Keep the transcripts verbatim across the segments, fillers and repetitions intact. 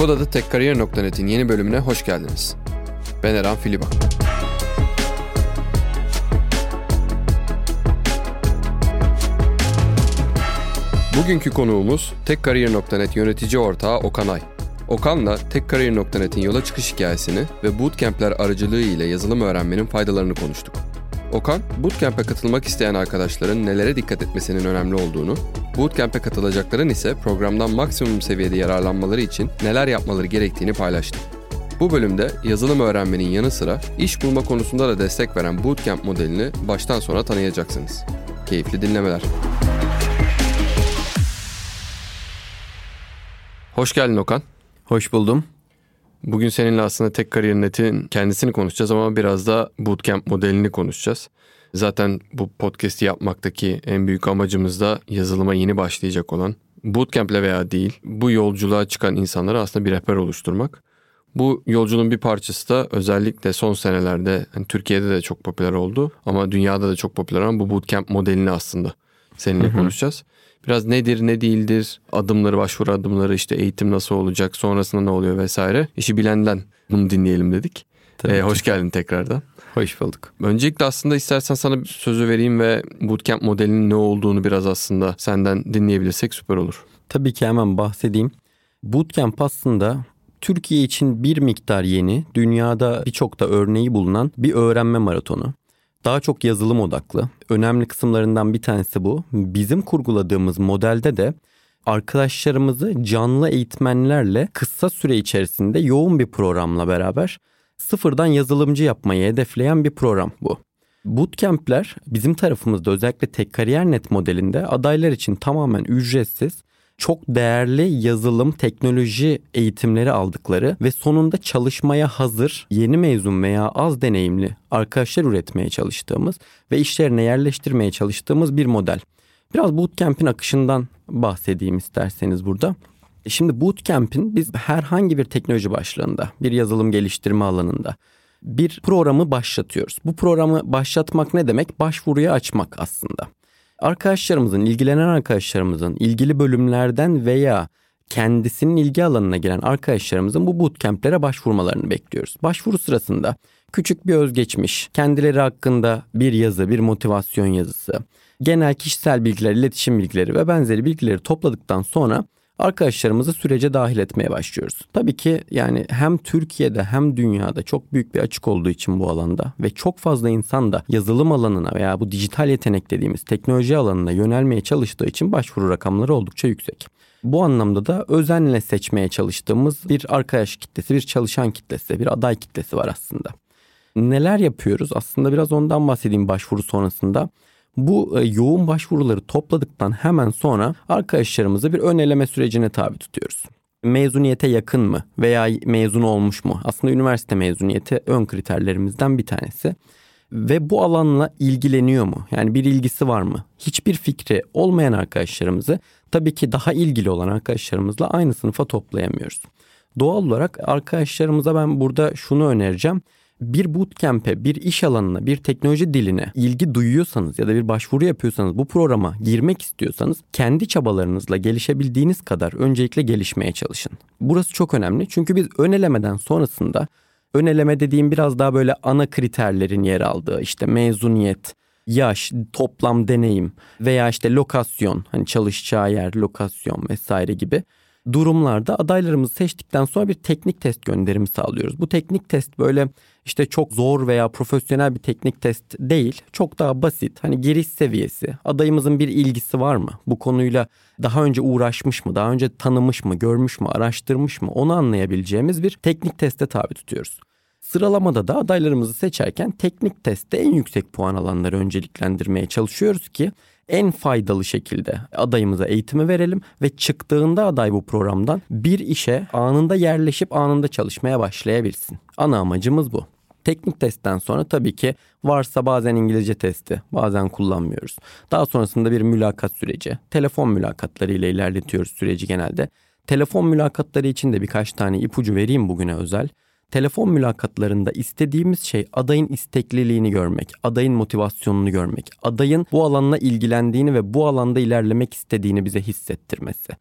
Kodadı tekkariyer nokta net'in yeni bölümüne hoş geldiniz. Ben Eren Filiba. Bugünkü konuğumuz tekkariyer nokta net yönetici ortağı Okan Ay. Okan'la tekkariyer nokta net'in yola çıkış hikayesini ve bootcamp'ler aracılığı ile yazılım öğrenmenin faydalarını konuştuk. Okan, bootcamp'e katılmak isteyen arkadaşların nelere dikkat etmesinin önemli olduğunu, bootcamp'e katılacakların ise programdan maksimum seviyede yararlanmaları için neler yapmaları gerektiğini paylaştı. Bu bölümde yazılım öğrenmenin yanı sıra iş bulma konusunda da destek veren bootcamp modelini baştan sona tanıyacaksınız. Keyifli dinlemeler. Hoş geldin Okan. Hoş buldum. Bugün seninle aslında tekkariyer nokta net'in kendisini konuşacağız ama biraz da bootcamp modelini konuşacağız. Zaten bu podcast'i yapmaktaki en büyük amacımız da yazılıma yeni başlayacak olan, bootcamp'le veya değil, bu yolculuğa çıkan insanlara aslında bir rehber oluşturmak. Bu yolculuğun bir parçası da özellikle son senelerde yani Türkiye'de de çok popüler oldu ama dünyada da çok popüler olan bu bootcamp modelini aslında seninle konuşacağız. Biraz nedir, ne değildir, adımları, başvuru adımları, işte eğitim nasıl olacak, sonrasında ne oluyor vesaire. İşi bilenden bunu dinleyelim dedik. Ee, hoş geldin tekrardan. Hoş bulduk. Öncelikle aslında istersen sana bir sözü vereyim ve bootcamp modelinin ne olduğunu biraz aslında senden dinleyebilirsek süper olur. Tabii ki hemen bahsedeyim. Bootcamp aslında Türkiye için bir miktar yeni, dünyada birçok da örneği bulunan bir öğrenme maratonu. Daha çok yazılım odaklı. Önemli kısımlarından bir tanesi bu. Bizim kurguladığımız modelde de arkadaşlarımızı canlı eğitmenlerle kısa süre içerisinde yoğun bir programla beraber sıfırdan yazılımcı yapmayı hedefleyen bir program bu. Bootcamp'ler bizim tarafımızda özellikle tekkariyer nokta net modelinde adaylar için tamamen ücretsiz, çok değerli yazılım, teknoloji eğitimleri aldıkları ve sonunda çalışmaya hazır, yeni mezun veya az deneyimli arkadaşlar üretmeye çalıştığımız ve işlerine yerleştirmeye çalıştığımız bir model. Biraz bootcamp'in akışından bahsedeyim isterseniz burada. Şimdi bootcamp'in biz herhangi bir teknoloji başlığında, bir yazılım geliştirme alanında bir programı başlatıyoruz. Bu programı başlatmak ne demek? Başvuruya açmak aslında. Arkadaşlarımızın, ilgilenen arkadaşlarımızın ilgili bölümlerden veya kendisinin ilgi alanına giren arkadaşlarımızın bu bootcamp'lere başvurmalarını bekliyoruz. Başvuru sırasında küçük bir özgeçmiş, kendileri hakkında bir yazı, bir motivasyon yazısı, genel kişisel bilgiler, iletişim bilgileri ve benzeri bilgileri topladıktan sonra arkadaşlarımızı sürece dahil etmeye başlıyoruz. Tabii ki yani hem Türkiye'de hem dünyada çok büyük bir açık olduğu için bu alanda ve çok fazla insan da yazılım alanına veya bu dijital yetenek dediğimiz teknoloji alanına yönelmeye çalıştığı için başvuru rakamları oldukça yüksek. Bu anlamda da özenle seçmeye çalıştığımız bir arkadaş kitlesi, bir çalışan kitlesi, bir aday kitlesi var aslında. Neler yapıyoruz? Aslında biraz ondan bahsedeyim başvuru sonrasında. Bu yoğun başvuruları topladıktan hemen sonra arkadaşlarımızı bir ön eleme sürecine tabi tutuyoruz. Mezuniyete yakın mı veya mezun olmuş mu? Aslında üniversite mezuniyeti ön kriterlerimizden bir tanesi. Ve bu alanla ilgileniyor mu? Yani bir ilgisi var mı? Hiçbir fikri olmayan arkadaşlarımızı tabii ki daha ilgili olan arkadaşlarımızla aynı sınıfa toplayamıyoruz. Doğal olarak arkadaşlarımıza ben burada şunu önereceğim. Bir bootcamp'e, bir iş alanına, bir teknoloji diline ilgi duyuyorsanız ya da bir başvuru yapıyorsanız, bu programa girmek istiyorsanız kendi çabalarınızla gelişebildiğiniz kadar öncelikle gelişmeye çalışın. Burası çok önemli çünkü biz ön elemeden sonrasında, ön eleme dediğim biraz daha böyle ana kriterlerin yer aldığı, işte mezuniyet, yaş, toplam deneyim veya işte lokasyon, hani çalışacağı yer, lokasyon vesaire gibi durumlarda adaylarımızı seçtikten sonra bir teknik test gönderimi sağlıyoruz. Bu teknik test böyle işte çok zor veya profesyonel bir teknik test değil. Çok daha basit, hani giriş seviyesi, adayımızın bir ilgisi var mı? Bu konuyla daha önce uğraşmış mı? Daha önce tanımış mı? Görmüş mü? Araştırmış mı? Onu anlayabileceğimiz bir teknik teste tabi tutuyoruz. Sıralamada da adaylarımızı seçerken teknik testte en yüksek puan alanları önceliklendirmeye çalışıyoruz ki en faydalı şekilde adayımıza eğitimi verelim ve çıktığında aday bu programdan bir işe anında yerleşip anında çalışmaya başlayabilsin. Ana amacımız bu. Teknik testten sonra tabii ki varsa bazen İngilizce testi, bazen kullanmıyoruz. Daha sonrasında bir mülakat süreci, telefon mülakatları ile ilerletiyoruz süreci genelde. Telefon mülakatları için de birkaç tane ipucu vereyim bugüne özel. Telefon mülakatlarında istediğimiz şey adayın istekliliğini görmek, adayın motivasyonunu görmek, adayın bu alanla ilgilendiğini ve bu alanda ilerlemek istediğini bize hissettirmesi.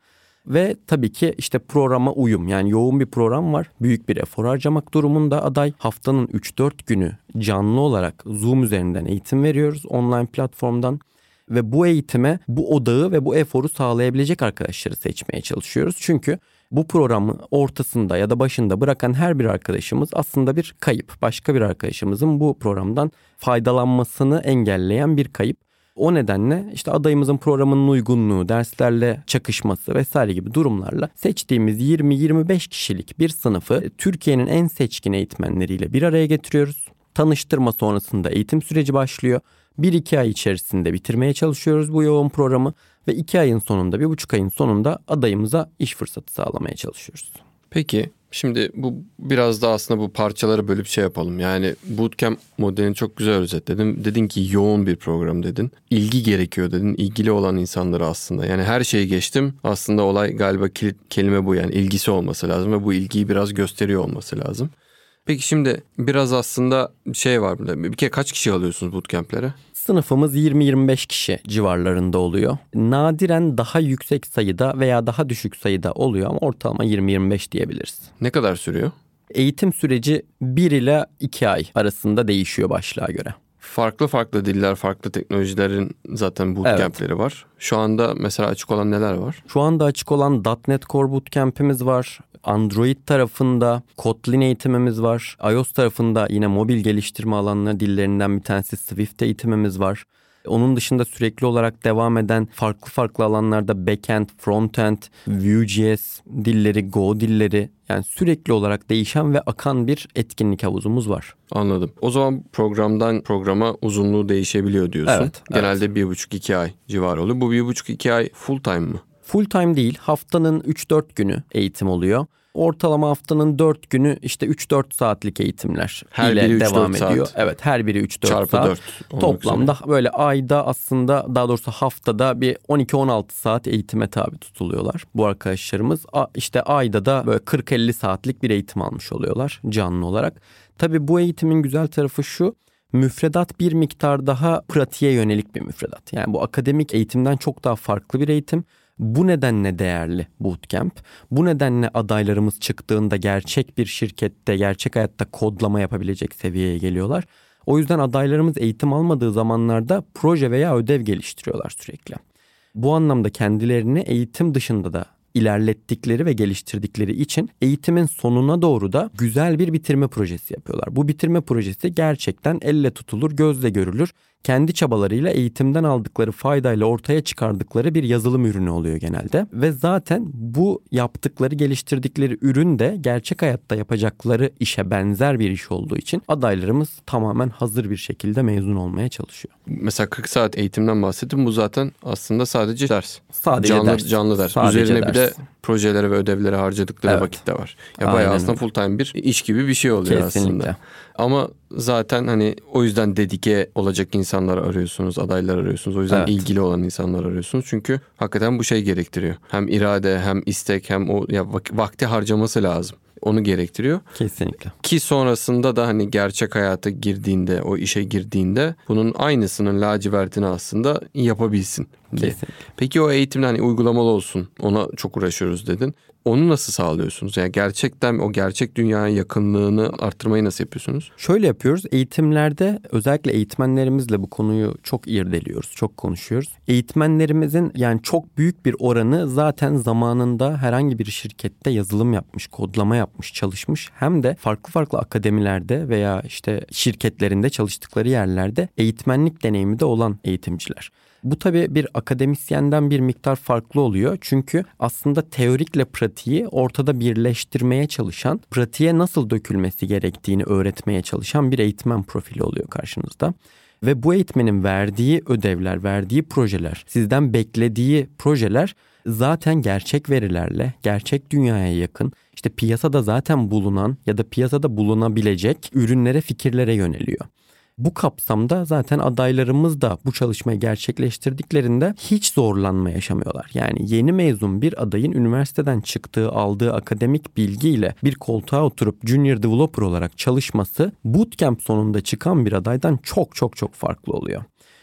Ve tabii ki işte programa uyum, yani yoğun bir program var. Büyük bir efor harcamak durumunda aday. Haftanın üç dört günü canlı olarak Zoom üzerinden eğitim veriyoruz online platformdan. Ve bu eğitime bu odağı ve bu eforu sağlayabilecek arkadaşları seçmeye çalışıyoruz. Çünkü bu programı ortasında ya da başında bırakan her bir arkadaşımız aslında bir kayıp. Başka bir arkadaşımızın bu programdan faydalanmasını engelleyen bir kayıp. O nedenle işte adayımızın programının uygunluğu, derslerle çakışması vesaire gibi durumlarla seçtiğimiz yirmi yirmi beş kişilik bir sınıfı Türkiye'nin en seçkin eğitmenleriyle bir araya getiriyoruz. Tanıştırma sonrasında eğitim süreci başlıyor. bir iki ay içerisinde bitirmeye çalışıyoruz bu yoğun programı ve iki ayın sonunda, bir buçuk ayın sonunda adayımıza iş fırsatı sağlamaya çalışıyoruz. Peki şimdi bu biraz da aslında bu parçaları bölüp şey yapalım. Yani bootcamp modelini çok güzel özetledin. Dedin ki yoğun bir program dedin. İlgi gerekiyor dedin. İlgili olan insanları aslında. Yani her şeyi geçtim. Aslında olay galiba kilit kelime bu, yani ilgisi olması lazım ve bu ilgiyi biraz gösteriyor olması lazım. Peki şimdi biraz aslında şey var burada. Bir kere kaç kişi alıyorsunuz bootcamp'lere? Sınıfımız yirmi yirmi beş kişi civarlarında oluyor. Nadiren daha yüksek sayıda veya daha düşük sayıda oluyor ama ortalama yirmi yirmi beş diyebiliriz. Ne kadar sürüyor? Eğitim süreci bir ile iki ay arasında değişiyor başlığa göre. Farklı farklı diller, farklı teknolojilerin zaten bootcamp'leri evet. var. Şu anda mesela açık olan neler var? Şu anda açık olan .nokta net Core Bootcamp'imiz var. Android tarafında Kotlin eğitimimiz var. iOS tarafında yine mobil geliştirme alanları dillerinden bir tanesi Swift eğitimimiz var. Onun dışında sürekli olarak devam eden farklı farklı alanlarda backend, frontend, Vue.js dilleri, Go dilleri, yani sürekli olarak değişen ve akan bir etkinlik havuzumuz var. Anladım. O zaman programdan programa uzunluğu değişebiliyor diyorsun. Evet. Genelde evet. bir buçuk iki ay civarı oluyor. Bu bir buçuk iki ay full time mı? Full time değil. Haftanın üç dört günü eğitim oluyor. Ortalama haftanın dört günü işte üç dört saatlik eğitimler her ile biri devam üç ediyor. Saat. Evet, her biri üç dört Çarpı saat. dört. Toplamda böyle ayda aslında, daha doğrusu haftada bir on iki on altı saat eğitime tabi tutuluyorlar bu arkadaşlarımız. İşte ayda da böyle kırk elli saatlik bir eğitim almış oluyorlar canlı olarak. Tabii bu eğitimin güzel tarafı şu: müfredat bir miktar daha pratiğe yönelik bir müfredat. Yani bu akademik eğitimden çok daha farklı bir eğitim. Bu nedenle değerli bootcamp. Bu nedenle adaylarımız çıktığında gerçek bir şirkette, gerçek hayatta kodlama yapabilecek seviyeye geliyorlar. O yüzden adaylarımız eğitim almadığı zamanlarda proje veya ödev geliştiriyorlar sürekli. Bu anlamda kendilerini eğitim dışında da ilerlettikleri ve geliştirdikleri için eğitimin sonuna doğru da güzel bir bitirme projesi yapıyorlar. Bu bitirme projesi gerçekten elle tutulur, gözle görülür. Kendi çabalarıyla eğitimden aldıkları faydayla ortaya çıkardıkları bir yazılım ürünü oluyor genelde. Ve zaten bu yaptıkları, geliştirdikleri ürün de gerçek hayatta yapacakları işe benzer bir iş olduğu için adaylarımız tamamen hazır bir şekilde mezun olmaya çalışıyor. Mesela kırk saat eğitimden bahsettim. Bu zaten aslında sadece ders. Sadece canlı, ders. Canlı ders. Sadece Üzerine ders. bir de projelere ve ödevlere harcadıkları evet. vakit de var. Ya bayağı aslında full time bir iş gibi bir şey oluyor Kesinlikle. aslında. Ama zaten hani o yüzden dedike olacak insanlar arıyorsunuz, adaylar arıyorsunuz. O yüzden evet. ilgili olan insanlar arıyorsunuz. Çünkü hakikaten bu şey gerektiriyor. Hem irade, hem istek, hem o ya vakti harcaması lazım. Onu gerektiriyor. Kesinlikle. Ki sonrasında da hani gerçek hayata girdiğinde, o işe girdiğinde bunun aynısının lacivertini aslında yapabilsin diye. Kesinlikle. Peki o eğitimde hani uygulamalı olsun, ona çok uğraşıyoruz dedin. Onu nasıl sağlıyorsunuz? Yani gerçekten o gerçek dünyaya yakınlığını arttırmayı nasıl yapıyorsunuz? Şöyle yapıyoruz. Eğitimlerde özellikle eğitmenlerimizle bu konuyu çok irdeliyoruz, çok konuşuyoruz. Eğitmenlerimizin yani çok büyük bir oranı zaten zamanında herhangi bir şirkette yazılım yapmış, kodlama yapmış, çalışmış. Hem de farklı farklı akademilerde veya işte şirketlerinde çalıştıkları yerlerde eğitmenlik deneyimi de olan eğitimciler. Bu tabii bir akademisyenden bir miktar farklı oluyor. Çünkü aslında teorikle pratiği ortada birleştirmeye çalışan, pratiğe nasıl dökülmesi gerektiğini öğretmeye çalışan bir eğitmen profili oluyor karşınızda. Ve bu eğitmenin verdiği ödevler, verdiği projeler, sizden beklediği projeler zaten gerçek verilerle, gerçek dünyaya yakın, işte piyasada zaten bulunan ya da piyasada bulunabilecek ürünlere, fikirlere yöneliyor. Bu kapsamda zaten adaylarımız da bu çalışmayı gerçekleştirdiklerinde hiç zorlanma yaşamıyorlar. Yani yeni mezun bir adayın üniversiteden çıktığı, aldığı akademik bilgiyle bir koltuğa oturup junior developer olarak çalışması bootcamp sonunda çıkan bir adaydan çok çok çok farklı oluyor.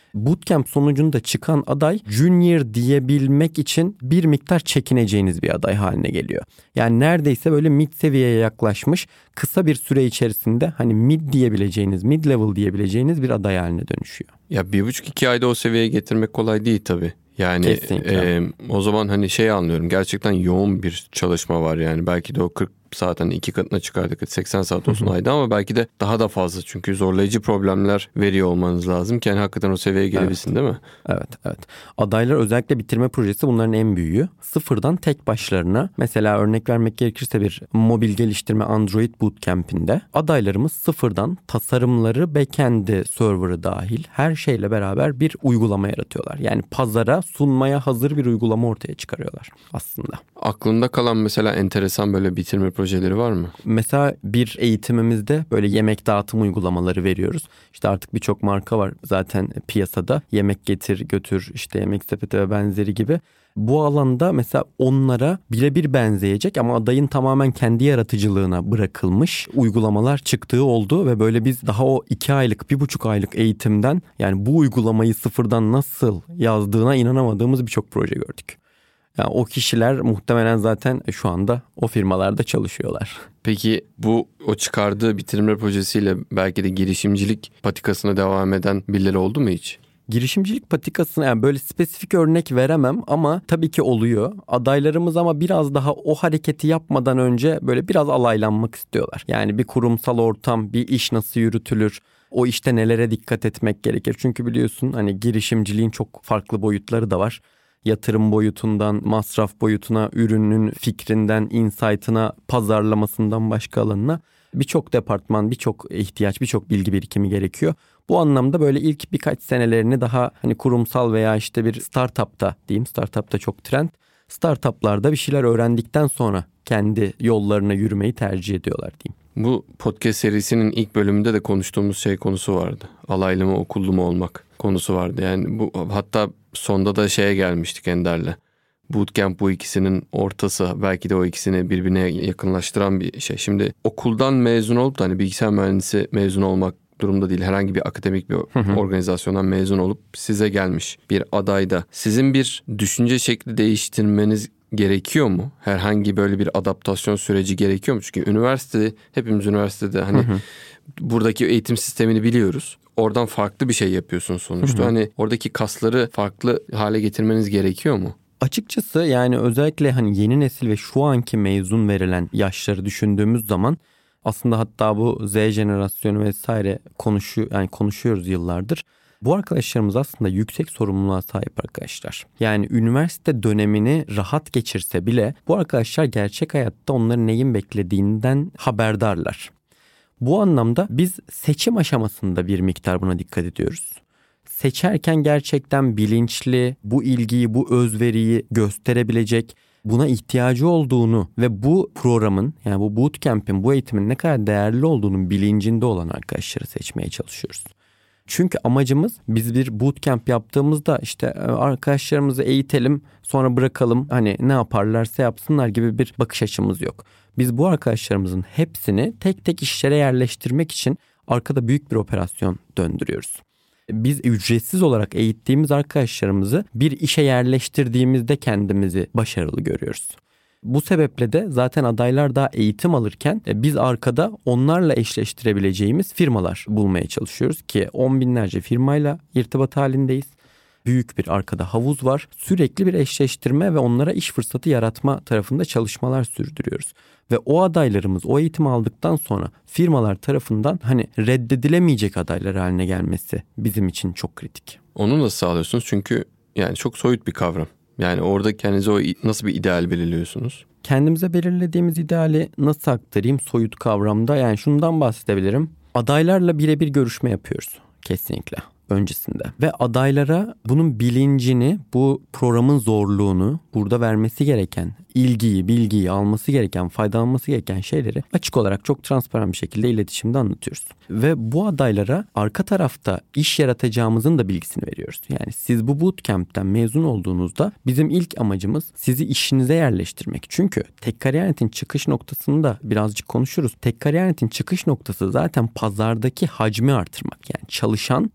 Bootcamp sonucunda çıkan aday junior diyebilmek için bir miktar çekineceğiniz bir aday haline geliyor. Yani neredeyse böyle mid seviyeye yaklaşmış, kısa bir süre içerisinde hani mid diyebileceğiniz, mid level diyebileceğiniz bir aday haline dönüşüyor. Ya bir buçuk iki ayda o seviyeye getirmek kolay değil tabii. Yani e, o zaman hani şey anlıyorum, gerçekten yoğun bir çalışma var yani. Belki de o kırk saat hani iki katına çıkardık, seksen saat olsun ayda, ama belki de daha da fazla, çünkü zorlayıcı problemler veriyor olmanız lazım ki yani hakikaten o seviyeye gelebilsin, evet. değil mi? Evet, evet. Adaylar özellikle bitirme projesi bunların en büyüğü. Sıfırdan tek başlarına, mesela örnek vermek gerekirse bir mobil geliştirme Android bootcamp'inde adaylarımız sıfırdan tasarımları, backend'i, server'ı dahil her şeyle beraber bir uygulama yaratıyorlar. Yani pazara sunmaya hazır bir uygulama ortaya çıkarıyorlar aslında. Aklında kalan mesela enteresan böyle bitirme projeleri var mı? Mesela bir eğitimimizde böyle yemek dağıtım uygulamaları veriyoruz. İşte artık birçok marka var zaten piyasada. Yemek getir götür, işte Yemek Sepeti ve benzeri gibi. Bu alanda mesela onlara birebir benzeyecek ama adayın tamamen kendi yaratıcılığına bırakılmış uygulamalar çıktığı oldu ve böyle biz daha o iki aylık, bir buçuk aylık eğitimden, yani bu uygulamayı sıfırdan nasıl yazdığına inanamadığımız birçok proje gördük. Yani o kişiler muhtemelen zaten şu anda o firmalarda çalışıyorlar. Peki bu o çıkardığı bitirme projesiyle belki de girişimcilik patikasına devam eden birileri oldu mu hiç? Girişimcilik patikasına yani böyle spesifik örnek veremem ama tabii ki oluyor. Adaylarımız ama biraz daha o hareketi yapmadan önce böyle biraz alaylanmak istiyorlar. Yani bir kurumsal ortam, bir iş nasıl yürütülür? O işte nelere dikkat etmek gerekir? Çünkü biliyorsun hani girişimciliğin çok farklı boyutları da var. Yatırım boyutundan, masraf boyutuna, ürünün fikrinden, insight'ına, pazarlamasından başka alanına birçok departman, birçok ihtiyaç, birçok bilgi birikimi gerekiyor. Bu anlamda böyle ilk birkaç senelerini daha hani kurumsal veya işte bir startupta diyeyim, startupta çok trend, startuplarda bir şeyler öğrendikten sonra kendi yollarına yürümeyi tercih ediyorlar diyeyim. Bu podcast serisinin ilk bölümünde de konuştuğumuz şey konusu vardı. Alaylı mı, okullu mu olmak konusu vardı. Yani bu, hatta sonda da şeye gelmiştik Ender'le. Bootcamp bu ikisinin ortası, belki de o ikisini birbirine yakınlaştıran bir şey. Şimdi okuldan mezun olup da hani bilgisayar mühendisi mezun olmak durumda değil. Herhangi bir akademik bir hı hı. organizasyondan mezun olup size gelmiş bir adayda sizin bir düşünce şekli değiştirmeniz gerekiyor mu? Herhangi böyle bir adaptasyon süreci gerekiyor mu? Çünkü üniversite, hepimiz üniversitede hani hı hı. buradaki eğitim sistemini biliyoruz. Oradan farklı bir şey yapıyorsun sonuçta. Hı hı. Hani oradaki kasları farklı hale getirmeniz gerekiyor mu? Açıkçası yani özellikle hani yeni nesil ve şu anki mezun verilen yaşları düşündüğümüz zaman aslında hatta bu Z jenerasyonu vesaire konuşuyor, yani konuşuyoruz yıllardır. Bu arkadaşlarımız aslında yüksek sorumluluğa sahip arkadaşlar. Yani üniversite dönemini rahat geçirse bile bu arkadaşlar gerçek hayatta onların neyin beklediğinden haberdarlar. Bu anlamda biz seçim aşamasında bir miktar buna dikkat ediyoruz. Seçerken gerçekten bilinçli, bu ilgiyi, bu özveriyi gösterebilecek, buna ihtiyacı olduğunu ve bu programın, yani bu bootcamp'in, bu eğitimin ne kadar değerli olduğunun bilincinde olan arkadaşları seçmeye çalışıyoruz. Çünkü amacımız, biz bir bootcamp yaptığımızda işte arkadaşlarımızı eğitelim sonra bırakalım, hani ne yaparlarsa yapsınlar gibi bir bakış açımız yok. Biz bu arkadaşlarımızın hepsini tek tek işlere yerleştirmek için arkada büyük bir operasyon döndürüyoruz. Biz ücretsiz olarak eğittiğimiz arkadaşlarımızı bir işe yerleştirdiğimizde kendimizi başarılı görüyoruz. Bu sebeple de zaten adaylar daha eğitim alırken biz arkada onlarla eşleştirebileceğimiz firmalar bulmaya çalışıyoruz ki on binlerce firmayla irtibat halindeyiz. Büyük bir arkada havuz var. Sürekli bir eşleştirme ve onlara iş fırsatı yaratma tarafında çalışmalar sürdürüyoruz. Ve o adaylarımız o eğitimi aldıktan sonra firmalar tarafından hani reddedilemeyecek adaylar haline gelmesi bizim için çok kritik. Onu nasıl sağlıyorsunuz? Çünkü yani çok soyut bir kavram. Yani orada kendinize o nasıl bir ideal belirliyorsunuz? Kendimize belirlediğimiz ideali nasıl aktarayım soyut kavramda? Yani şundan bahsedebilirim. Adaylarla birebir görüşme yapıyoruz kesinlikle öncesinde. Ve adaylara bunun bilincini, bu programın zorluğunu, burada vermesi gereken ilgiyi, bilgiyi, alması gereken, faydalanması gereken şeyleri açık olarak çok transparan bir şekilde iletişimde anlatıyoruz. Ve bu adaylara arka tarafta iş yaratacağımızın da bilgisini veriyoruz. Yani siz bu bootcamp'ten mezun olduğunuzda bizim ilk amacımız sizi işinize yerleştirmek. Çünkü Tekkariyanet'in çıkış noktasını da birazcık konuşuruz. Tekkariyanet'in çıkış noktası zaten pazardaki hacmi artırmak. Yani çalışan dijital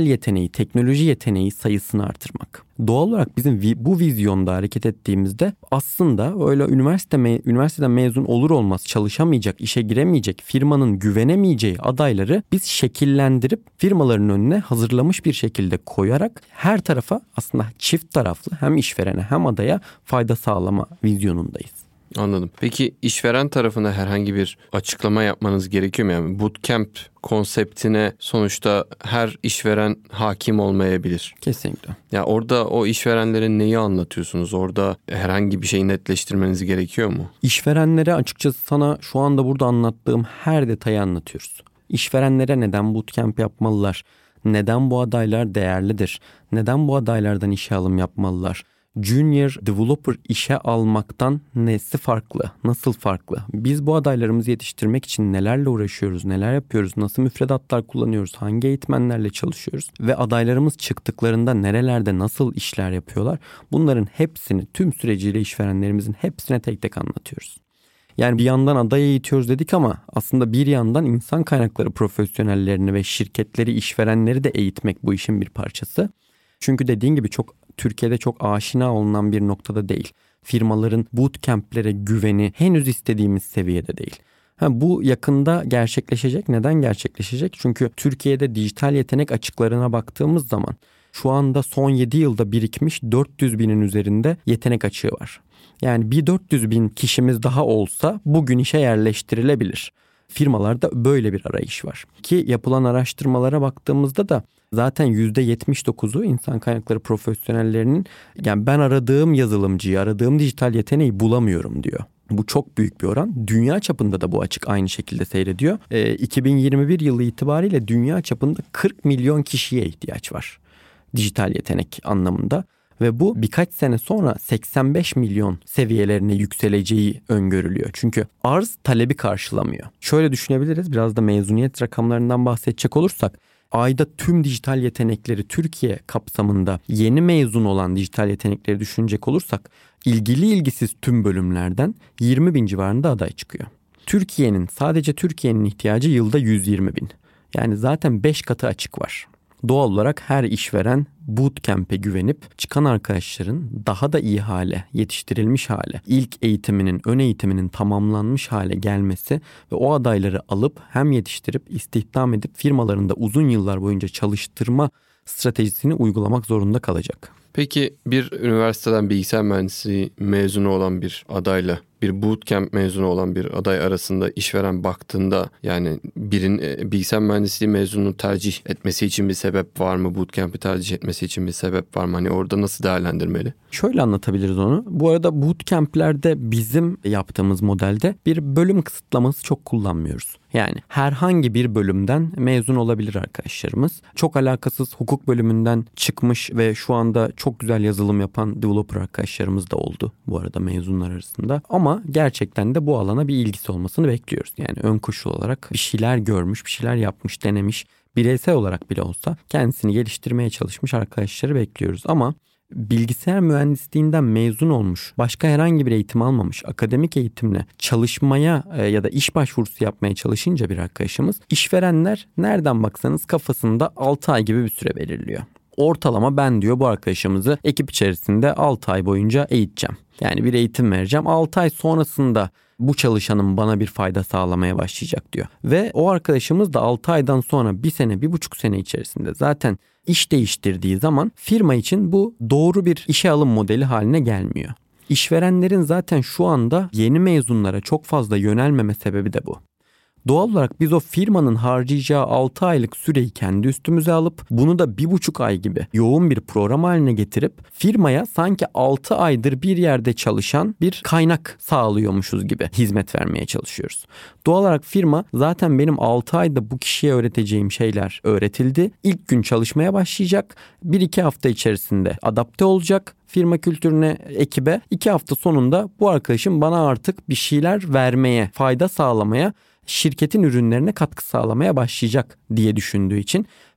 dijital yeteneği, teknoloji yeteneği sayısını artırmak. Doğal olarak bizim vi- bu vizyonda hareket ettiğimizde aslında öyle üniversite me- üniversiteden mezun olur olmaz çalışamayacak, işe giremeyecek, firmanın güvenemeyeceği adayları biz şekillendirip firmaların önüne hazırlamış bir şekilde koyarak her tarafa aslında çift taraflı hem işverene hem adaya fayda sağlama vizyonundayız. Anladım. Peki işveren tarafına herhangi bir açıklama yapmanız gerekiyor mu? Yani bootcamp konseptine sonuçta her işveren hakim olmayabilir. Kesinlikle. Ya orada o işverenlere neyi anlatıyorsunuz? Orada herhangi bir şeyi netleştirmeniz gerekiyor mu? İşverenlere açıkçası sana şu anda burada anlattığım her detayı anlatıyoruz. İşverenlere neden bootcamp yapmalılar? Neden bu adaylar değerlidir? Neden bu adaylardan işe alım yapmalılar? Junior developer işe almaktan nesi farklı? Nasıl farklı? Biz bu adaylarımızı yetiştirmek için nelerle uğraşıyoruz? Neler yapıyoruz? Nasıl müfredatlar kullanıyoruz? Hangi eğitmenlerle çalışıyoruz? Ve adaylarımız çıktıklarında nerelerde nasıl işler yapıyorlar? Bunların hepsini tüm süreciyle işverenlerimizin hepsine tek tek anlatıyoruz. Yani bir yandan aday eğitiyoruz dedik ama aslında bir yandan insan kaynakları profesyonellerini ve şirketleri, işverenleri de eğitmek bu işin bir parçası. Çünkü dediğin gibi çok Türkiye'de çok aşina olunan bir noktada değil. Firmaların bootcamp'lere güveni henüz istediğimiz seviyede değil. Ha, bu yakında gerçekleşecek. Neden gerçekleşecek? Çünkü Türkiye'de dijital yetenek açıklarına baktığımız zaman şu anda son yedi yılda birikmiş dört yüz binin üzerinde yetenek açığı var. Yani bir dört yüz bin kişimiz daha olsa bugün işe yerleştirilebilir. Firmalarda böyle bir arayış var. Ki yapılan araştırmalara baktığımızda da zaten yüzde yetmiş dokuzu insan kaynakları profesyonellerinin yani ben aradığım yazılımcıyı, aradığım dijital yeteneği bulamıyorum diyor. Bu çok büyük bir oran. Dünya çapında da bu açık aynı şekilde seyrediyor. E, iki bin yirmi bir yılı itibariyle dünya çapında kırk milyon kişiye ihtiyaç var. Dijital yetenek anlamında. Ve bu birkaç sene sonra seksen beş milyon seviyelerine yükseleceği öngörülüyor. Çünkü arz talebi karşılamıyor. Şöyle düşünebiliriz, biraz da mezuniyet rakamlarından bahsedecek olursak, ayda tüm dijital yetenekleri Türkiye kapsamında yeni mezun olan dijital yetenekleri düşünecek olursak, ilgili ilgisiz tüm bölümlerden yirmi bin civarında aday çıkıyor. Türkiye'nin, sadece Türkiye'nin ihtiyacı yılda yüz yirmi bin. Yani zaten beş katı açık var. Doğal olarak her işveren bootcamp'e güvenip çıkan arkadaşların daha da iyi hale, yetiştirilmiş hale, ilk eğitiminin, ön eğitiminin tamamlanmış hale gelmesi ve o adayları alıp hem yetiştirip istihdam edip firmalarında uzun yıllar boyunca çalıştırma stratejisini uygulamak zorunda kalacak. Peki bir üniversiteden bilgisayar mühendisliği mezunu olan bir adayla bir bootcamp mezunu olan bir aday arasında işveren baktığında yani birinin bilgisayar mühendisliği mezununu tercih etmesi için bir sebep var mı? Bootcamp'i tercih etmesi için bir sebep var mı? Hani orada nasıl değerlendirmeli? Şöyle anlatabiliriz onu. Bu arada bootcamp'lerde bizim yaptığımız modelde bir bölüm kısıtlaması çok kullanmıyoruz. Yani herhangi bir bölümden mezun olabilir arkadaşlarımız. Çok alakasız hukuk bölümünden çıkmış ve şu anda çok güzel yazılım yapan developer arkadaşlarımız da oldu bu arada mezunlar arasında. Ama gerçekten de bu alana bir ilgisi olmasını bekliyoruz. Yani ön koşul olarak bir şeyler görmüş, bir şeyler yapmış, denemiş, bireysel olarak bile olsa kendisini geliştirmeye çalışmış arkadaşları bekliyoruz. Ama bilgisayar mühendisliğinden mezun olmuş, başka herhangi bir eğitim almamış, akademik eğitimle çalışmaya ya da iş başvurusu yapmaya çalışınca bir arkadaşımız, işverenler nereden baksanız kafasında altı ay gibi bir süre belirliyor. Ortalama ben diyor bu arkadaşımızı ekip içerisinde altı ay boyunca eğiteceğim. Yani bir eğitim vereceğim. altı ay sonrasında bu çalışanın bana bir fayda sağlamaya başlayacak diyor. Ve o arkadaşımız da altı aydan sonra bir sene, bir buçuk sene içerisinde zaten iş değiştirdiği zaman firma için bu doğru bir işe alım modeli haline gelmiyor. İşverenlerin zaten şu anda yeni mezunlara çok fazla yönelmeme sebebi de bu. Doğal olarak biz o firmanın harcayacağı altı aylık süreyi kendi üstümüze alıp bunu da bir buçuk ay gibi yoğun bir program haline getirip firmaya sanki altı aydır bir yerde çalışan bir kaynak sağlıyormuşuz gibi hizmet vermeye çalışıyoruz. Doğal olarak firma zaten benim altı ayda bu kişiye öğreteceğim şeyler öğretildi. İlk gün çalışmaya başlayacak. bir iki hafta içerisinde adapte olacak firma kültürüne, ekibe. iki hafta sonunda bu arkadaşım bana artık bir şeyler vermeye, fayda sağlamaya, şirketin ürünlerine katkı sağlamaya başlayacak diye düşündüğü için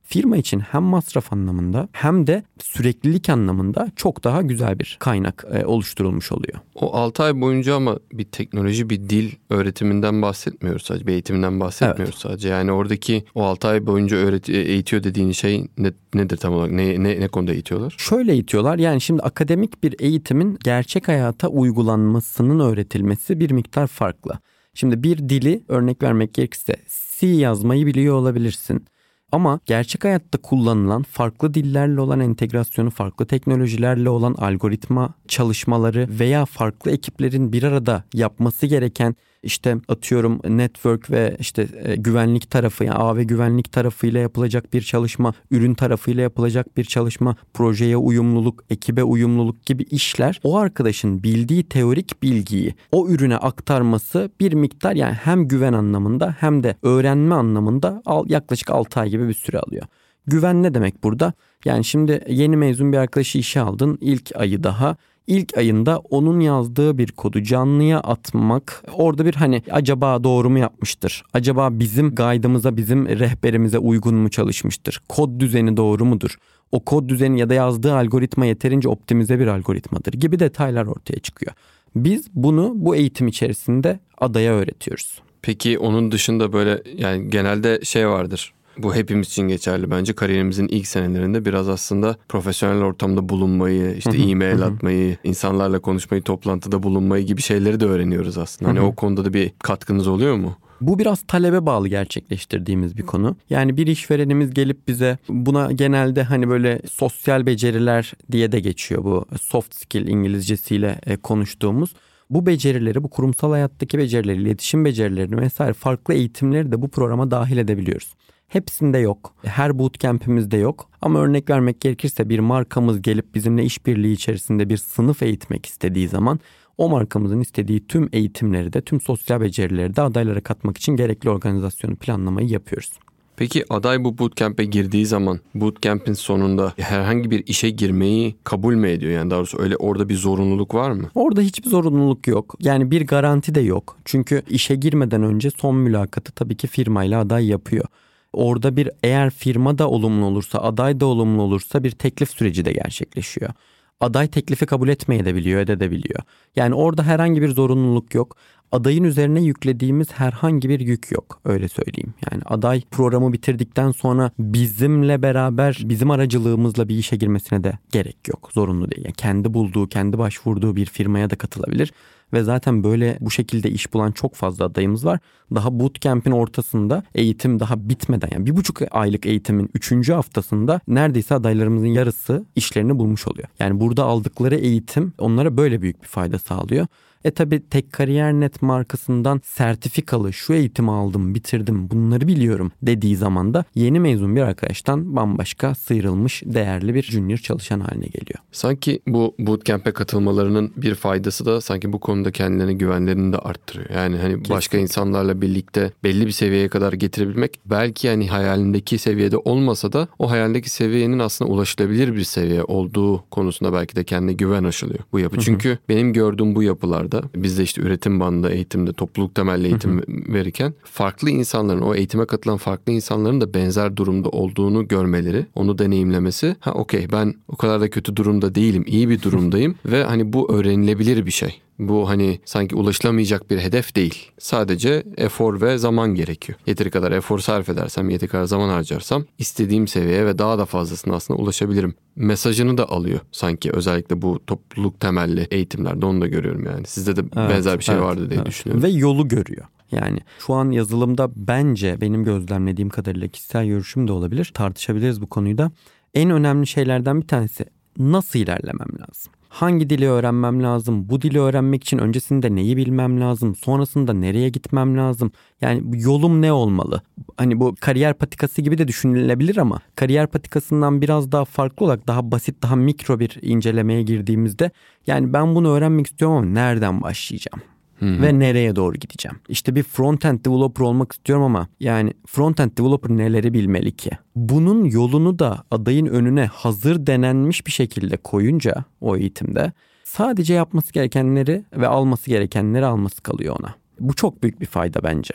firma için hem masraf anlamında hem de süreklilik anlamında çok daha güzel bir kaynak e, oluşturulmuş oluyor. O altı ay boyunca ama bir teknoloji, bir dil öğretiminden bahsetmiyoruz sadece. Bir eğitiminden bahsetmiyoruz evet. sadece. Yani oradaki o altı ay boyunca öğret- eğitiyor dediğin şey ne, nedir tam olarak? Ne, ne, ne konuda eğitiyorlar? Şöyle eğitiyorlar. Yani şimdi akademik bir eğitimin gerçek hayata uygulanmasının öğretilmesi bir miktar farklı. Şimdi bir dili örnek vermek gerekirse C yazmayı biliyor olabilirsin. Ama gerçek hayatta kullanılan farklı dillerle olan entegrasyonu, farklı teknolojilerle olan algoritma çalışmaları veya farklı ekiplerin bir arada yapması gereken işte atıyorum network ve işte e, güvenlik tarafı, yani ağ ve güvenlik tarafıyla yapılacak bir çalışma, ürün tarafıyla yapılacak bir çalışma, projeye uyumluluk, ekibe uyumluluk gibi işler o arkadaşın bildiği teorik bilgiyi o ürüne aktarması bir miktar, yani hem güven anlamında hem de öğrenme anlamında yaklaşık altı ay gibi bir süre alıyor. Güven ne demek burada? Yani şimdi yeni mezun bir arkadaşı işe aldın, ilk ayı daha. İlk ayında onun yazdığı bir kodu canlıya atmak, orada bir hani acaba doğru mu yapmıştır? Acaba bizim guide'ımıza, bizim rehberimize uygun mu çalışmıştır? Kod düzeni doğru mudur? O kod düzeni ya da yazdığı algoritma yeterince optimize bir algoritmadır gibi detaylar ortaya çıkıyor. Biz bunu bu eğitim içerisinde adaya öğretiyoruz. Peki onun dışında böyle, yani genelde şey vardır. Bu hepimiz için geçerli bence. Kariyerimizin ilk senelerinde biraz aslında profesyonel ortamda bulunmayı, işte e-mail atmayı, insanlarla konuşmayı, toplantıda bulunmayı gibi şeyleri de öğreniyoruz aslında. Hani o konuda da bir katkınız oluyor mu? Bu biraz talebe bağlı gerçekleştirdiğimiz bir konu. Yani bir işverenimiz gelip bize, buna genelde hani böyle sosyal beceriler diye de geçiyor, bu soft skill İngilizcesiyle konuştuğumuz. Bu becerileri, bu kurumsal hayattaki becerileri, iletişim becerilerini vesaire farklı eğitimleri de bu programa dahil edebiliyoruz. Hepsinde yok. Her bootcamp'imizde yok. Ama örnek vermek gerekirse bir markamız gelip bizimle işbirliği içerisinde bir sınıf eğitmek istediği zaman o markamızın istediği tüm eğitimleri de, tüm sosyal becerileri de adaylara katmak için gerekli organizasyonu, planlamayı yapıyoruz. Peki aday bu bootcamp'e girdiği zaman bootcamp'in sonunda herhangi bir işe girmeyi kabul mü ediyor? Yani daha doğrusu öyle orada bir zorunluluk var mı? Orada hiçbir zorunluluk yok. Yani bir garanti de yok. Çünkü işe girmeden önce son mülakatı tabii ki firmayla aday yapıyor. Orada bir, eğer firma da olumlu olursa, aday da olumlu olursa bir teklif süreci de gerçekleşiyor. Aday teklifi kabul etmeye de biliyor, edebiliyor. Yani orada herhangi bir zorunluluk yok. Adayın üzerine yüklediğimiz herhangi bir yük yok, öyle söyleyeyim. Yani aday programı bitirdikten sonra bizimle beraber, bizim aracılığımızla bir işe girmesine de gerek yok. Zorunlu değil. Yani kendi bulduğu, kendi başvurduğu bir firmaya da katılabilir. Ve zaten böyle bu şekilde iş bulan çok fazla adayımız var. Daha bootcamp'in ortasında, eğitim daha bitmeden, yani bir buçuk aylık eğitimin üçüncü haftasında neredeyse adaylarımızın yarısı işlerini bulmuş oluyor. Yani burada aldıkları eğitim onlara böyle büyük bir fayda sağlıyor. E tabi Tek Kariyer nokta net markasından sertifikalı şu eğitimi aldım, bitirdim, bunları biliyorum dediği zaman da yeni mezun bir arkadaştan bambaşka sıyrılmış değerli bir junior çalışan haline geliyor. Sanki bu bootcamp'e katılmalarının bir faydası da sanki bu konuda kendilerine güvenlerini de arttırıyor. Yani hani Kesinlikle. Başka insanlarla birlikte belli bir seviyeye kadar getirebilmek, belki hani hayalindeki seviyede olmasa da o hayalindeki seviyenin aslında ulaşılabilir bir seviye olduğu konusunda belki de kendine güven aşılıyor bu yapı. Hı hı. Çünkü benim gördüğüm bu yapılarda, biz de işte üretim bandında eğitimde, topluluk temelli eğitim hı hı. verirken farklı insanların, o eğitime katılan farklı insanların da benzer durumda olduğunu görmeleri, onu deneyimlemesi, ha okey ben o kadar da kötü durumda değilim, iyi bir durumdayım ve hani bu öğrenilebilir bir şey. Bu hani sanki ulaşılamayacak bir hedef değil. Sadece efor ve zaman gerekiyor. Yeteri kadar efor sarf edersem, yeteri kadar zaman harcarsam istediğim seviyeye ve daha da fazlasına aslında ulaşabilirim mesajını da alıyor sanki, özellikle bu topluluk temelli eğitimlerde, onu da görüyorum yani. Sizde de evet, benzer bir şey evet, vardı diye evet. düşünüyorum. Ve yolu görüyor. Yani şu an yazılımda bence, benim gözlemlediğim kadarıyla, kişisel görüşüm de olabilir, tartışabiliriz bu konuyu da. En önemli şeylerden bir tanesi, nasıl ilerlemem lazım? Hangi dili öğrenmem lazım? Bu dili öğrenmek için öncesinde neyi bilmem lazım? Sonrasında nereye gitmem lazım? Yani yolum ne olmalı? Hani bu kariyer patikası gibi de düşünülebilir ama kariyer patikasından biraz daha farklı olarak, daha basit, daha mikro bir incelemeye girdiğimizde, yani ben bunu öğrenmek istiyorum ama nereden başlayacağım? Hı-hı. Ve nereye doğru gideceğim? İşte bir front-end developer olmak istiyorum ama yani front-end developer neleri bilmeli ki? Bunun yolunu da adayın önüne hazır denenmiş bir şekilde koyunca o eğitimde sadece yapması gerekenleri ve alması gerekenleri alması kalıyor ona. Bu çok büyük bir fayda bence.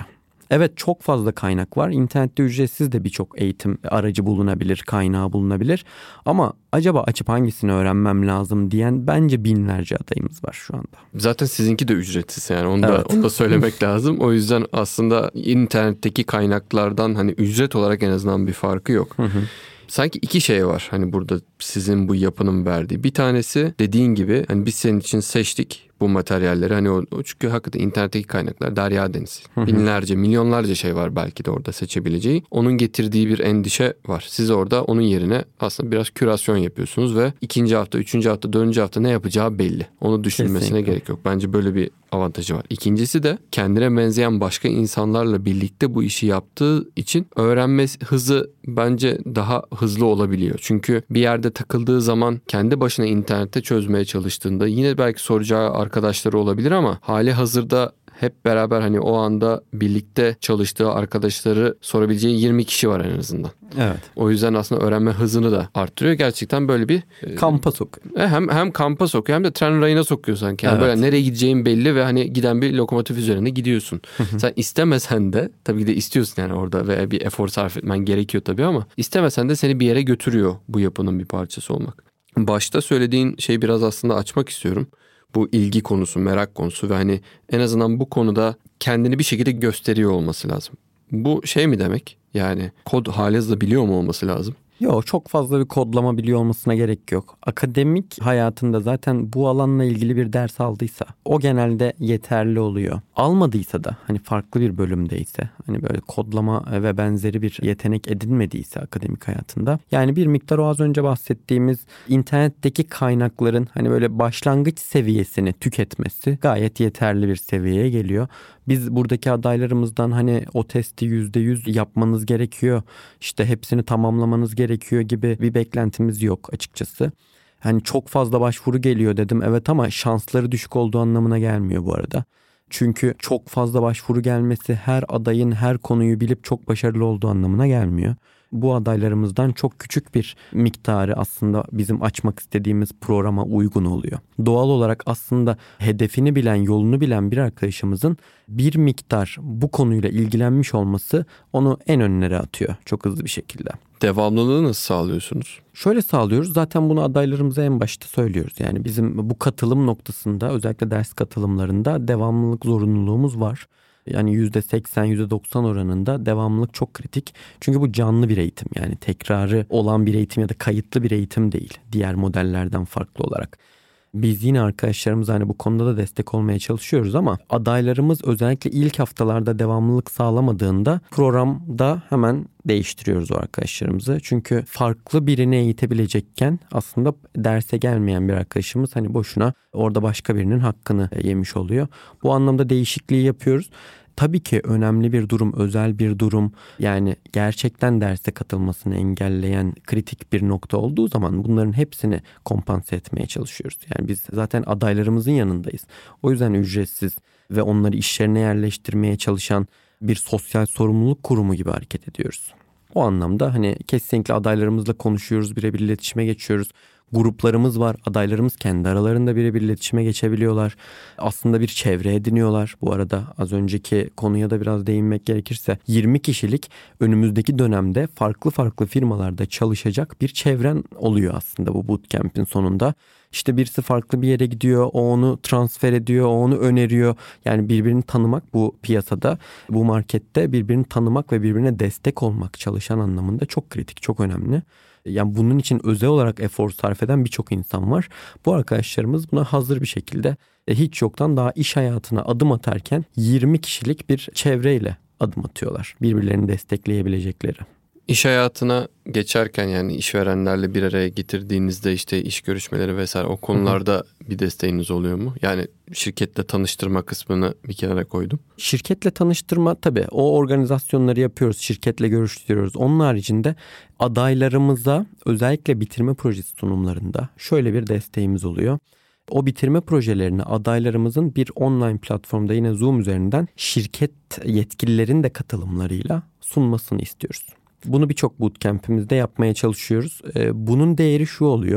Evet, çok fazla kaynak var. İnternette ücretsiz de birçok eğitim aracı bulunabilir, kaynağı bulunabilir. Ama acaba açıp hangisini öğrenmem lazım diyen bence binlerce adayımız var şu anda. Zaten sizinki de ücretsiz yani onu da, Evet. onu da söylemek lazım. O yüzden aslında internetteki kaynaklardan hani ücret olarak en azından bir farkı yok. Hı hı. Sanki iki şey var hani burada sizin bu yapının verdiği. Bir tanesi dediğin gibi hani biz senin için seçtik bu materyalleri. Hani o, o çünkü hakikaten internetteki kaynaklar derya deniz. Hı hı. Binlerce, milyonlarca şey var belki de orada seçebileceği. Onun getirdiği bir endişe var. Siz orada onun yerine aslında biraz kürasyon yapıyorsunuz ve ikinci hafta, üçüncü hafta, dördüncü hafta ne yapacağı belli. Onu düşünmesine Kesinlikle. gerek yok. Bence böyle bir avantajı var. İkincisi de kendine benzeyen başka insanlarla birlikte bu işi yaptığı için öğrenme hızı bence daha hızlı olabiliyor. Çünkü bir yerde takıldığı zaman kendi başına internette çözmeye çalıştığında yine belki soracağı arkadaşları olabilir ama hali hazırda hep beraber hani o anda birlikte çalıştığı arkadaşları sorabileceği yirmi kişi var en azından. Evet. O yüzden aslında öğrenme hızını da arttırıyor. Gerçekten böyle bir Kampa sokuyor. Hem hem kampa sokuyor hem de tren rayına sokuyor sanki. Yani Evet. böyle nereye gideceğin belli ve hani giden bir lokomotif üzerinde gidiyorsun. Sen istemesen de tabii ki de istiyorsun yani orada ve bir efor sarf etmen gerekiyor tabii ama istemesen de seni bir yere götürüyor bu yapının bir parçası olmak. Başta söylediğin şeyi biraz aslında açmak istiyorum. Bu ilgi konusu, merak konusu ve hani en azından bu konuda kendini bir şekilde gösteriyor olması lazım. Bu şey mi demek? Yani kod halihazırda biliyor mu olması lazım? Yok, çok fazla bir kodlama biliyor olmasına gerek yok. Akademik hayatında zaten bu alanla ilgili bir ders aldıysa o genelde yeterli oluyor. Almadıysa da hani farklı bir bölümdeyse hani böyle kodlama ve benzeri bir yetenek edinmediyse akademik hayatında yani bir miktar o az önce bahsettiğimiz internetteki kaynakların hani böyle başlangıç seviyesini tüketmesi gayet yeterli bir seviyeye geliyor. Biz buradaki adaylarımızdan hani o testi yüzde yüz yapmanız gerekiyor, işte hepsini tamamlamanız gerekiyor gibi bir beklentimiz yok açıkçası. Hani çok fazla başvuru geliyor dedim evet ama şansları düşük olduğu anlamına gelmiyor bu arada. Çünkü çok fazla başvuru gelmesi her adayın her konuyu bilip çok başarılı olduğu anlamına gelmiyor. Bu adaylarımızdan çok küçük bir miktarı aslında bizim açmak istediğimiz programa uygun oluyor. Doğal olarak aslında hedefini bilen, yolunu bilen bir arkadaşımızın bir miktar bu konuyla ilgilenmiş olması onu en önlere atıyor çok hızlı bir şekilde. Devamlılığı nasıl sağlıyorsunuz? Şöyle sağlıyoruz. Zaten bunu adaylarımıza en başta söylüyoruz. Yani bizim bu katılım noktasında özellikle ders katılımlarında devamlılık zorunluluğumuz var. Yani yüzde seksen yüzde doksan oranında devamlılık çok kritik. Çünkü bu canlı bir eğitim. Yani tekrarı olan bir eğitim ya da kayıtlı bir eğitim değil. Diğer modellerden farklı olarak. Biz yine arkadaşlarımız hani bu konuda da destek olmaya çalışıyoruz ama adaylarımız özellikle ilk haftalarda devamlılık sağlamadığında programda hemen değiştiriyoruz o arkadaşlarımızı. Çünkü farklı birini eğitebilecekken aslında derse gelmeyen bir arkadaşımız hani boşuna orada başka birinin hakkını yemiş oluyor. Bu anlamda değişikliği yapıyoruz. Tabii ki önemli bir durum, özel bir durum yani gerçekten derse katılmasını engelleyen kritik bir nokta olduğu zaman bunların hepsini kompanse etmeye çalışıyoruz. Yani biz zaten adaylarımızın yanındayız. O yüzden ücretsiz ve onları işlerine yerleştirmeye çalışan bir sosyal sorumluluk kurumu gibi hareket ediyoruz. O anlamda hani kesinlikle adaylarımızla konuşuyoruz, birebir iletişime geçiyoruz. Gruplarımız var. Adaylarımız kendi aralarında birebir iletişime geçebiliyorlar. Aslında bir çevre ediniyorlar. Bu arada az önceki konuya da biraz değinmek gerekirse yirmi kişilik önümüzdeki dönemde farklı farklı firmalarda çalışacak bir çevren oluyor aslında bu bootcamp'in sonunda. İşte birisi farklı bir yere gidiyor, o onu transfer ediyor, o onu öneriyor. Yani birbirini tanımak bu piyasada, bu markette birbirini tanımak ve birbirine destek olmak çalışan anlamında çok kritik, çok önemli. Yani bunun için özel olarak efor sarf eden birçok insan var. Bu arkadaşlarımız buna hazır bir şekilde hiç yoktan daha iş hayatına adım atarken yirmi kişilik bir çevreyle adım atıyorlar. Birbirlerini destekleyebilecekleri. İş hayatına geçerken yani işverenlerle bir araya getirdiğinizde işte iş görüşmeleri vesaire o konularda hı hı. bir desteğiniz oluyor mu? Yani şirketle tanıştırma kısmını bir kenara koydum. Şirketle tanıştırma tabii o organizasyonları yapıyoruz. Şirketle görüştürüyoruz. Onun haricinde adaylarımıza özellikle bitirme projesi sunumlarında şöyle bir desteğimiz oluyor. O bitirme projelerini adaylarımızın bir online platformda yine Zoom üzerinden şirket yetkililerin de katılımlarıyla sunmasını istiyoruz. Bunu birçok bootcamp'imizde yapmaya çalışıyoruz. Bunun değeri şu oluyor.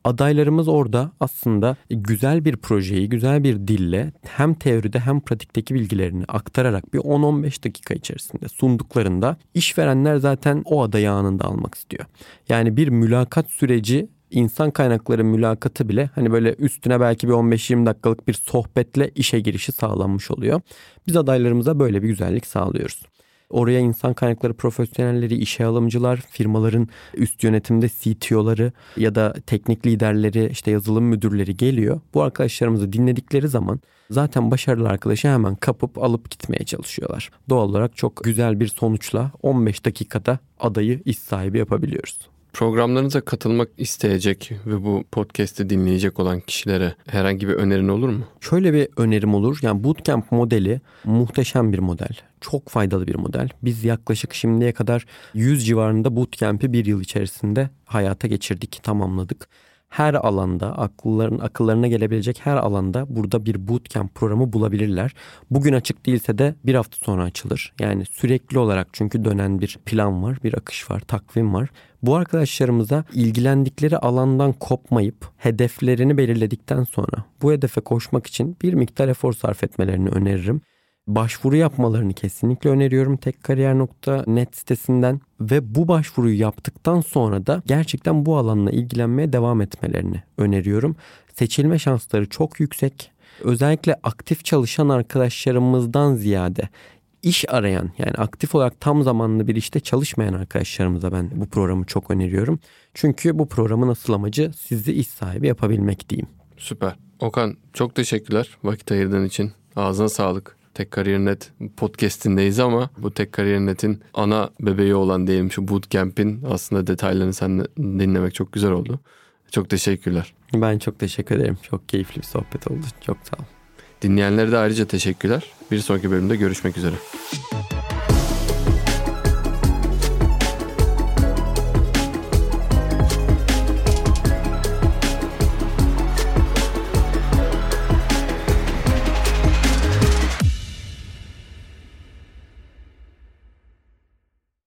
Adaylarımız orada aslında güzel bir projeyi, güzel bir dille hem teoride hem pratikteki bilgilerini aktararak bir on on beş dakika içerisinde sunduklarında işverenler zaten o adayı anında almak istiyor. Yani bir mülakat süreci, insan kaynakları mülakatı bile hani böyle üstüne belki bir on beş yirmi dakikalık bir sohbetle işe girişi sağlanmış oluyor. Biz adaylarımıza böyle bir güzellik sağlıyoruz. Oraya insan kaynakları profesyonelleri, işe alımcılar, firmaların üst yönetimde C T O'ları ya da teknik liderleri, işte yazılım müdürleri geliyor. Bu arkadaşlarımızı dinledikleri zaman zaten başarılı arkadaşı hemen kapıp alıp gitmeye çalışıyorlar. Doğal olarak çok güzel bir sonuçla on beş dakikada adayı iş sahibi yapabiliyoruz. Programlarınıza katılmak isteyecek ve bu podcast'i dinleyecek olan kişilere herhangi bir önerin olur mu? Şöyle bir önerim olur. Yani bootcamp modeli muhteşem bir model. Çok faydalı bir model. Biz yaklaşık şimdiye kadar yüz civarında bootcamp'i bir yıl içerisinde hayata geçirdik, tamamladık. Her alanda, akılların akıllarına gelebilecek her alanda burada bir bootcamp programı bulabilirler. Bugün açık değilse de bir hafta sonra açılır. Yani sürekli olarak, çünkü dönen bir plan var, bir akış var, takvim var. Bu arkadaşlarımıza ilgilendikleri alandan kopmayıp hedeflerini belirledikten sonra bu hedefe koşmak için bir miktar efor sarf etmelerini öneririm. Başvuru yapmalarını kesinlikle öneriyorum tekkariyer nokta net sitesinden ve bu başvuruyu yaptıktan sonra da gerçekten bu alanla ilgilenmeye devam etmelerini öneriyorum. Seçilme şansları çok yüksek. Özellikle aktif çalışan arkadaşlarımızdan ziyade iş arayan, yani aktif olarak tam zamanlı bir işte çalışmayan arkadaşlarımıza ben bu programı çok öneriyorum. Çünkü bu programın asıl amacı sizi iş sahibi yapabilmek diyeyim. Süper. Okan, çok teşekkürler vakit ayırdığın için. Ağzına sağlık. Tek Kariyer nokta net podcast'indeyiz ama bu Tek Kariyer nokta net'in ana bebeği olan diyelim şu bootcamp'in aslında detaylarını seninle dinlemek çok güzel oldu. Çok teşekkürler. Ben çok teşekkür ederim. Çok keyifli bir sohbet oldu. Çok sağ ol. Dinleyenlere de ayrıca teşekkürler. Bir sonraki bölümde görüşmek üzere.